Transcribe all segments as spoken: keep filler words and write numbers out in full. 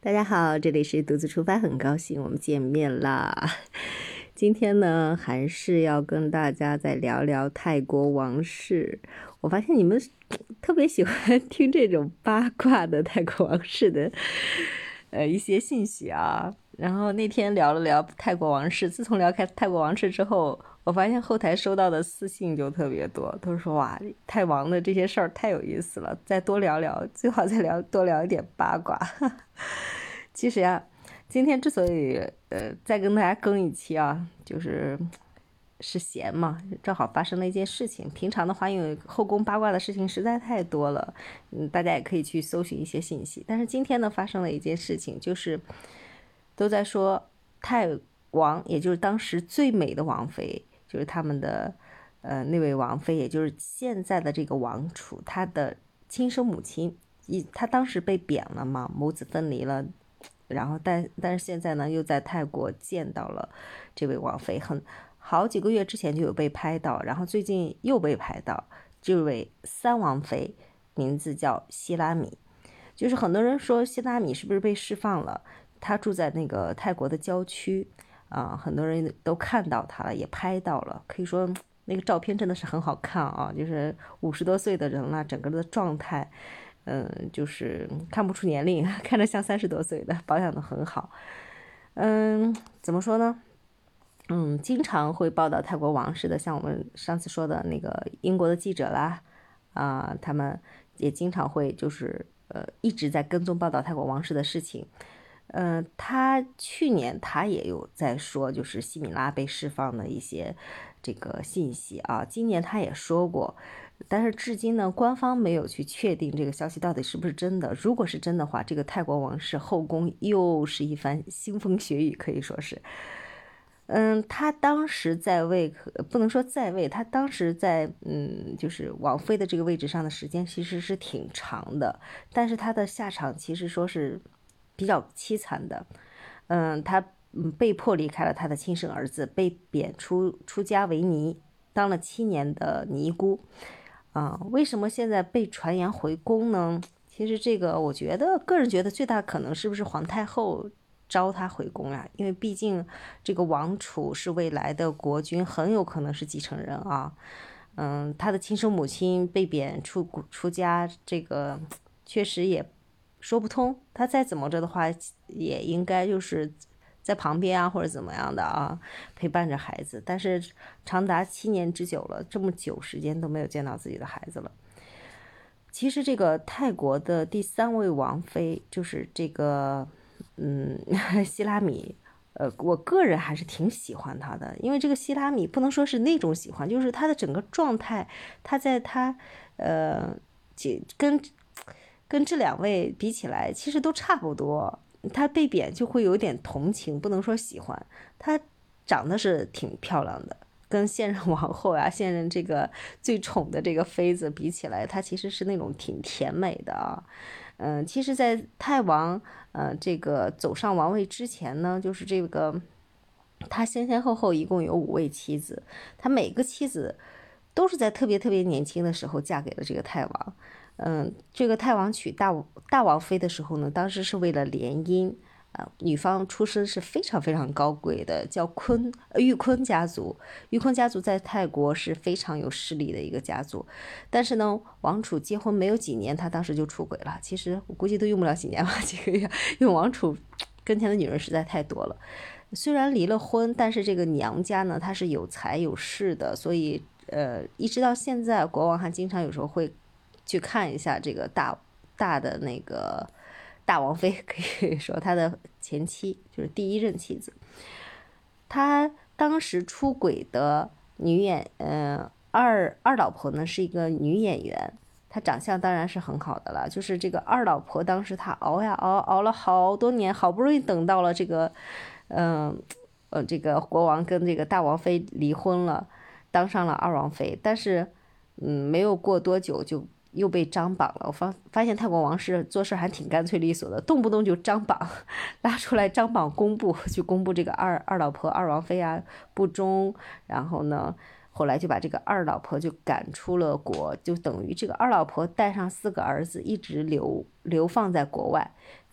大家好，这里是独自出发，很高兴我们见面啦。今天呢，还是要跟大家再聊聊泰国王室。我发现你们特别喜欢听这种八卦的泰国王室的呃一些信息啊。然后那天聊了聊泰国王室，自从聊开泰国王室之后，我发现后台收到的私信就特别多，都说哇，泰王的这些事儿太有意思了，再多聊聊，最好再聊多聊一点八卦。其实呀，今天之所以呃再跟大家更一期啊，就是是闲嘛，正好发生了一件事情。平常的话，因为后宫八卦的事情实在太多了，嗯，大家也可以去搜寻一些信息。但是今天呢，发生了一件事情，就是都在说泰王，也就是当时最美的王妃，就是他们的呃那位王妃，也就是现在的这个王储，他的亲生母亲，一他当时被贬了嘛，母子分离了。然后但但是现在呢，又在泰国见到了这位王妃，很好几个月之前就有被拍到，然后最近又被拍到这位三王妃，名字叫希拉米。就是很多人说希拉米是不是被释放了？她住在那个泰国的郊区啊、呃，很多人都看到她了，也拍到了，可以说那个照片真的是很好看啊，就是五十多岁的人了，整个的状态。嗯，就是看不出年龄，看着像三十多岁的，保养的很好。嗯，怎么说呢？嗯，经常会报道泰国王室的，像我们上次说的那个英国的记者啦，啊、呃，他们也经常会就是呃一直在跟踪报道泰国王室的事情。呃，他去年他也有在说，就是西米拉被释放的一些这个信息啊。今年他也说过，但是至今呢，官方没有去确定这个消息到底是不是真的。如果是真的话，这个泰国王室后宫又是一番腥风血雨，可以说是。嗯，他当时在位，不能说在位，他当时在嗯，就是王妃的这个位置上的时间其实是挺长的，但是他的下场其实说是比较凄惨的。嗯，他嗯被迫离开了他的亲生儿子，被贬出出家为尼，当了七年的尼姑。啊，为什么现在被传言回宫呢？其实这个我觉得，个人觉得最大可能是不是皇太后招他回宫啊？因为毕竟这个王储是未来的国君，很有可能是继承人啊。嗯，他的亲生母亲被贬出出家，这个确实也说不通。他再怎么着的话，也应该就是在旁边啊，或者怎么样的啊，陪伴着孩子。但是长达七年之久了，这么久时间都没有见到自己的孩子了。其实这个泰国的第三位王妃就是这个，嗯，希拉米。呃，我个人还是挺喜欢她的，因为这个希拉米不能说是那种喜欢，就是她的整个状态，她在她呃，跟跟这两位比起来，其实都差不多。她被贬就会有点同情，不能说喜欢。她长得是挺漂亮的，跟现任王后呀、现任这个最宠的这个妃子比起来，她其实是那种挺甜美的啊。嗯，其实，在泰王呃这个走上王位之前呢，就是这个他先先后后一共有五位妻子，他每个妻子都是在特别特别年轻的时候嫁给了这个泰王。嗯，这个泰王娶大大王妃的时候呢，当时是为了联姻。啊，女方出身是非常非常高贵的，叫坤呃玉坤家族。玉坤家族在泰国是非常有势力的一个家族，但是呢，王储结婚没有几年，他当时就出轨了。其实我估计都用不了几年吧，几个月，因为王储跟前的女人实在太多了。虽然离了婚，但是这个娘家呢，他是有财有势的，所以呃，一直到现在，国王还经常有时候会去看一下这个大大的那个大王妃，可以说他的前妻就是第一任妻子。他当时出轨的女演，呃，二二老婆呢是一个女演员，她长相当然是很好的了。就是这个二老婆，当时她熬呀熬，熬了好多年，好不容易等到了这个，嗯、呃，呃，这个国王跟这个大王妃离婚了，当上了二王妃，但是，嗯，没有过多久就又被张榜了。我发发现泰国王室做事还挺干脆利索的，动不动就张榜，拉出来张榜公布，去公布这个二二老婆二王妃啊不忠，然后呢，后来就把这个二老婆就赶出了国，就等于这个二老婆带上四个儿子一直流流放在国外。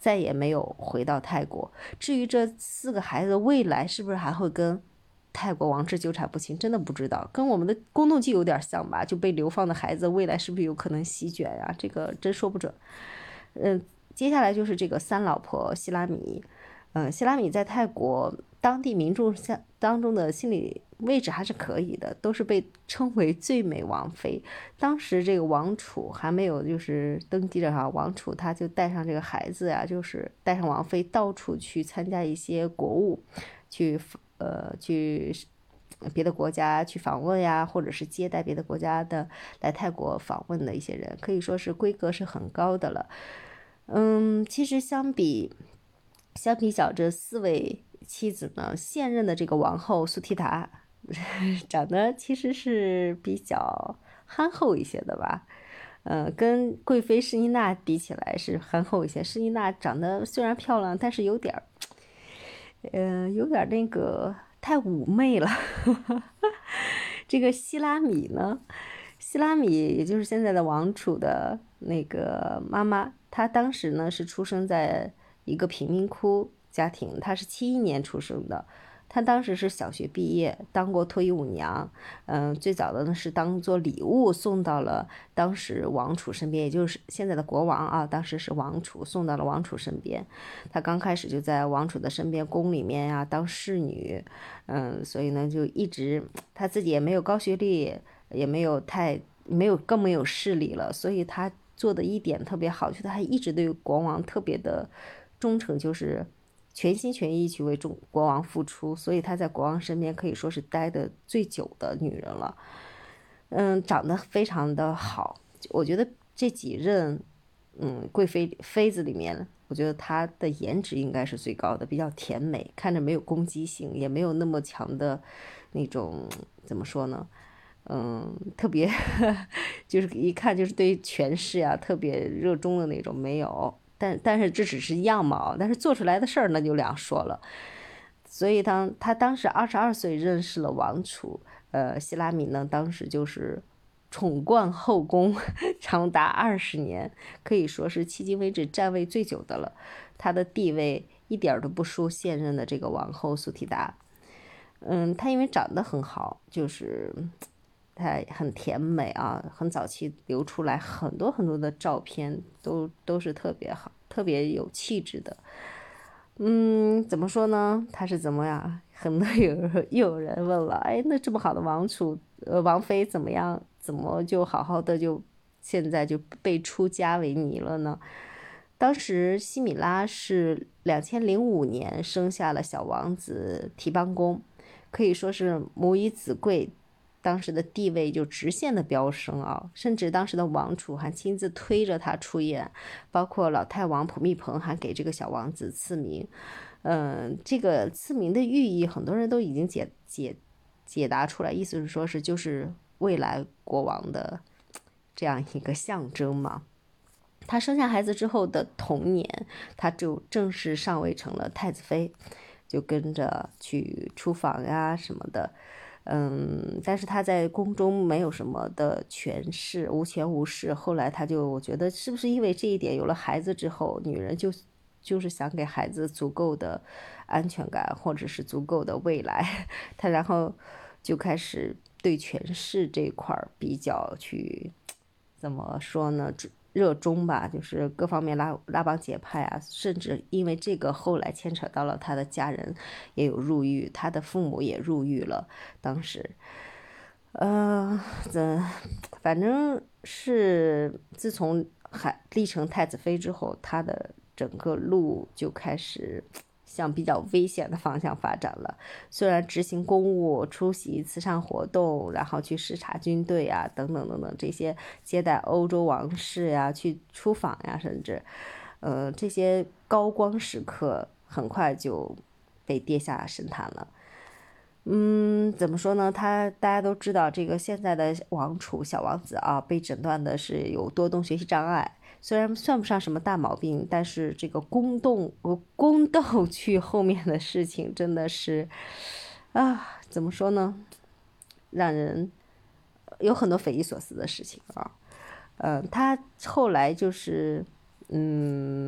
再也没有回到泰国。至于这四个孩子的未来是不是还会跟泰国王室纠缠不清，真的不知道。跟我们的宫斗剧有点像吧，就被流放的孩子未来是不是有可能席卷呀、这个真说不准。嗯，接下来就是这个三老婆希拉米。嗯，希拉米在泰国当地民众下当中的心理位置还是可以的，都是被称为最美王妃。当时这个王储还没有就是登基着哈，王储他就带上这个孩子呀，就是带上王妃到处去参加一些国务，去呃去别的国家去访问呀，或者是接待别的国家的来泰国访问的一些人，可以说是规格是很高的了。嗯，其实相比相比较这四位妻子呢，现任的这个王后苏提达长得其实是比较憨厚一些的吧。呃，跟贵妃施妮娜比起来是憨厚一些。施妮娜长得虽然漂亮，但是有点儿，呃，有点那个太妩媚了。这个希拉米呢，希拉米也就是现在的王储的那个妈妈，她当时呢是出生在一个贫民窟家庭，她是七一年出生的。她当时是小学毕业，当过脱衣舞娘。嗯，最早的呢是当做礼物送到了当时王储身边，也就是现在的国王啊，当时是王储，送到了王储身边。她刚开始就在王储的身边宫里面呀、当侍女。嗯，所以呢就一直她自己也没有高学历，也没有太没有更没有势力了，所以她做的一点特别好，就是她一直对国王特别的忠诚，就是全心全意去为中国王付出，所以她在国王身边可以说是待的最久的女人了。嗯，长得非常的好，我觉得这几任嗯贵妃妃子里面，我觉得她的颜值应该是最高的，比较甜美，看着没有攻击性，也没有那么强的那种怎么说呢？嗯，特别就是一看就是对权势呀特别热衷的那种，没有。但但是这只是样貌，但是做出来的事儿那就两说了。所以当他当时二十二岁认识了王储，呃，希拉米呢，当时就是宠冠后宫长达二十年，可以说是迄今为止站位最久的了。她的地位一点都不输现任的这个王后苏提达。嗯，她因为长得很好，就是她很甜美啊，很早期流出来很多很多的照片，都都是特别好，特别有气质的。嗯，怎么说呢？他是怎么样？很多有又有人问了，哎，那这么好的王储，呃，王妃怎么样？怎么就好好的就现在就被出家为尼了呢？当时西米拉是两千零五年生下了小王子提邦公，可以说是母以子贵，当时的地位就直线的飙升啊，甚至当时的王储还亲自推着他出演，包括老太王普密蓬还给这个小王子赐名。嗯，这个赐名的寓意很多人都已经解解解答出来，意思是说是就是未来国王的这样一个象征嘛。他生下孩子之后的同年，他就正式上位成了太子妃，就跟着去出访呀什么的。嗯，但是他在宫中没有什么的权势，无权无势。后来他就，我觉得是不是因为这一点，有了孩子之后，女人就就是想给孩子足够的安全感，或者是足够的未来，他然后就开始对权势这一块比较去怎么说呢？热衷吧，就是各方面拉拉帮结派啊，甚至因为这个后来牵扯到了他的家人也有入狱，他的父母也入狱了。当时，呃，这反正是自从还立成太子妃之后，他的整个路就开始向比较危险的方向发展了。虽然执行公务、出席慈善活动，然后去视察军队啊，等等等等，这些接待欧洲王室呀、去出访呀，甚至，呃，这些高光时刻很快就被跌下神坛了。嗯，怎么说呢？他大家都知道，这个现在的王储小王子啊，被诊断的是有多动学习障碍。虽然算不上什么大毛病，但是这个宫斗呃宫斗剧后面的事情真的是啊，怎么说呢？让人有很多匪夷所思的事情啊。呃，他后来就是嗯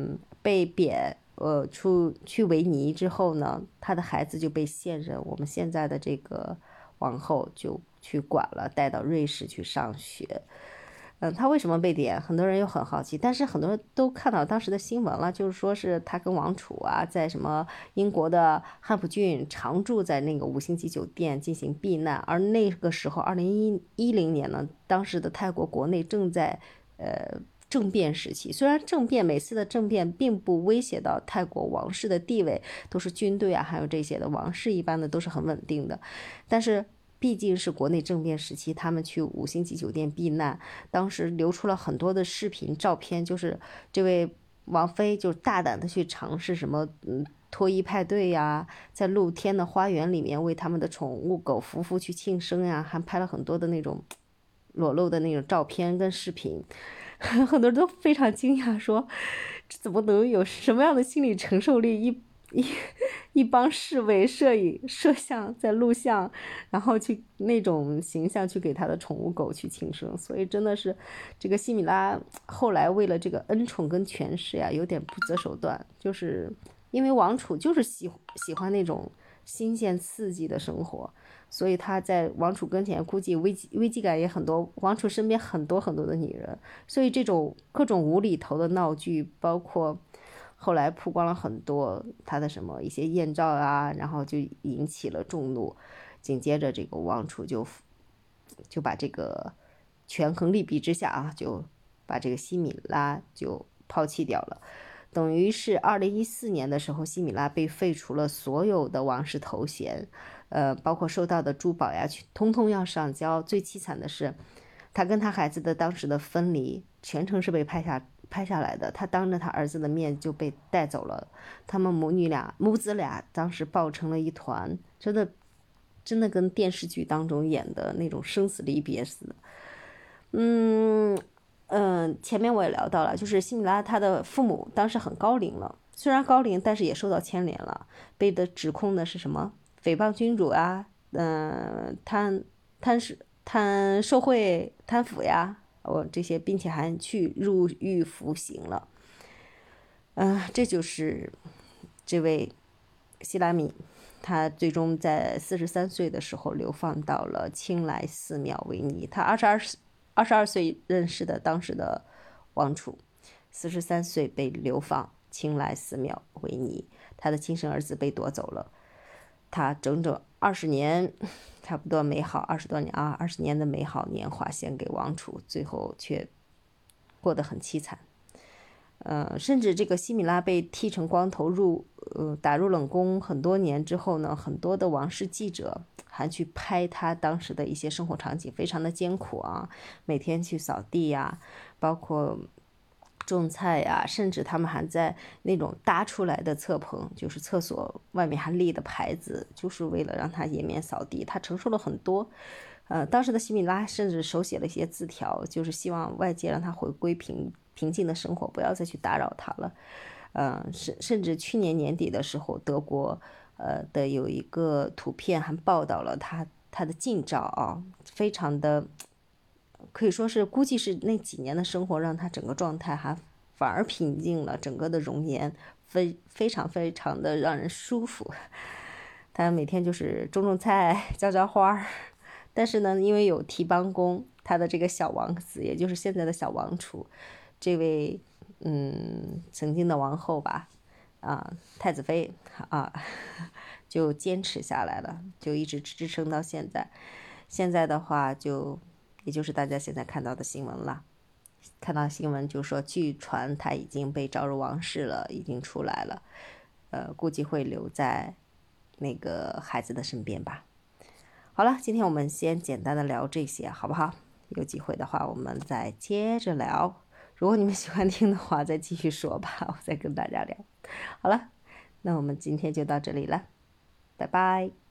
被贬呃出去维尼之后呢，他的孩子就被现任我们现在的这个王后就去管了，带到瑞士去上学。嗯，他为什么被贬？很多人又很好奇，但是很多人都看到当时的新闻了，就是说是他跟王储啊，在什么英国的汉普郡常住在那个五星级酒店进行避难，而那个时候，二零一零年呢，当时的泰国国内正在呃政变时期。虽然政变每次的政变并不威胁到泰国王室的地位，都是军队啊，还有这些的王室一般的都是很稳定的，但是毕竟是国内政变时期，他们去五星级酒店避难，当时流出了很多的视频照片，就是这位王妃就大胆的去尝试什么嗯脱衣派对呀，在露天的花园里面为他们的宠物狗夫妇去庆生呀，还拍了很多的那种裸露的那种照片跟视频。很多人都非常惊讶，说这怎么能有什么样的心理承受力？一一一帮侍卫、摄影、摄像在录像，然后去那种形象去给他的宠物狗去庆生，所以真的是这个西米拉后来为了这个恩宠跟权势呀，有点不择手段，就是因为王储就是喜喜欢那种新鲜刺激的生活。所以他在王储跟前估计危机危机感也很多，王储身边很多很多的女人，所以这种各种无厘头的闹剧，包括后来曝光了很多他的什么一些艳照啊，然后就引起了众怒。紧接着这个王储就就把这个权衡利弊之下啊，就把这个西米拉就抛弃掉了。等于是二零一四年的时候，西米拉被废除了所有的王室头衔，呃，包括收到的珠宝呀，通通要上交。最凄惨的是，他跟他孩子的当时的分离，全程是被拍下拍下来的。他当着他儿子的面就被带走了，他们母女俩母子俩当时抱成了一团，真的真的跟电视剧当中演的那种生死离别似的。嗯。嗯，前面我也聊到了，就是西米拉他的父母当时很高龄了，虽然高龄，但是也受到牵连了，被的指控的是什么诽谤君主啊，嗯、呃，贪贪是贪受贿贪腐呀，哦这些，并且还去入狱服刑了。嗯、呃，这就是这位希拉米，他最终在四十三岁的时候流放到了清莱寺庙维尼。他二十二二十二岁认识的当时的王储，四十三岁被流放清莱寺庙维尼，他的亲生儿子被夺走了，他整整二十年，差不多美好二十多年啊，二十年的美好年华献给王储，最后却过得很凄惨。呃，甚至这个西米拉被剃成光头入呃打入冷宫很多年之后呢，很多的王室记者还去拍他当时的一些生活场景，非常的艰苦啊，每天去扫地呀，包括种菜呀，甚至他们还在那种搭出来的侧棚，就是厕所外面还立的牌子，就是为了让他颜面扫地。他承受了很多。呃，当时的西米拉甚至手写了一些字条，就是希望外界让他回归平平静的生活，不要再去打扰他了。呃，甚甚至去年年底的时候，德国呃的有一个图片还报道了他他的近照啊，非常的可以说是估计是那几年的生活让他整个状态还反而平静了，整个的容颜非非常非常的让人舒服。他每天就是种种菜，浇浇花。但是呢，因为有提帮工，他的这个小王子，也就是现在的小王储，这位嗯曾经的王后吧，啊太子妃啊，就坚持下来了，就一直支撑到现在。现在的话就，也就是大家现在看到的新闻了，看到新闻就说，据传他已经被召入王室了，已经出来了，呃，估计会留在那个孩子的身边吧。好了，今天我们先简单的聊这些，好不好？有机会的话，我们再接着聊。如果你们喜欢听的话，再继续说吧，我再跟大家聊。好了，那我们今天就到这里了，拜拜。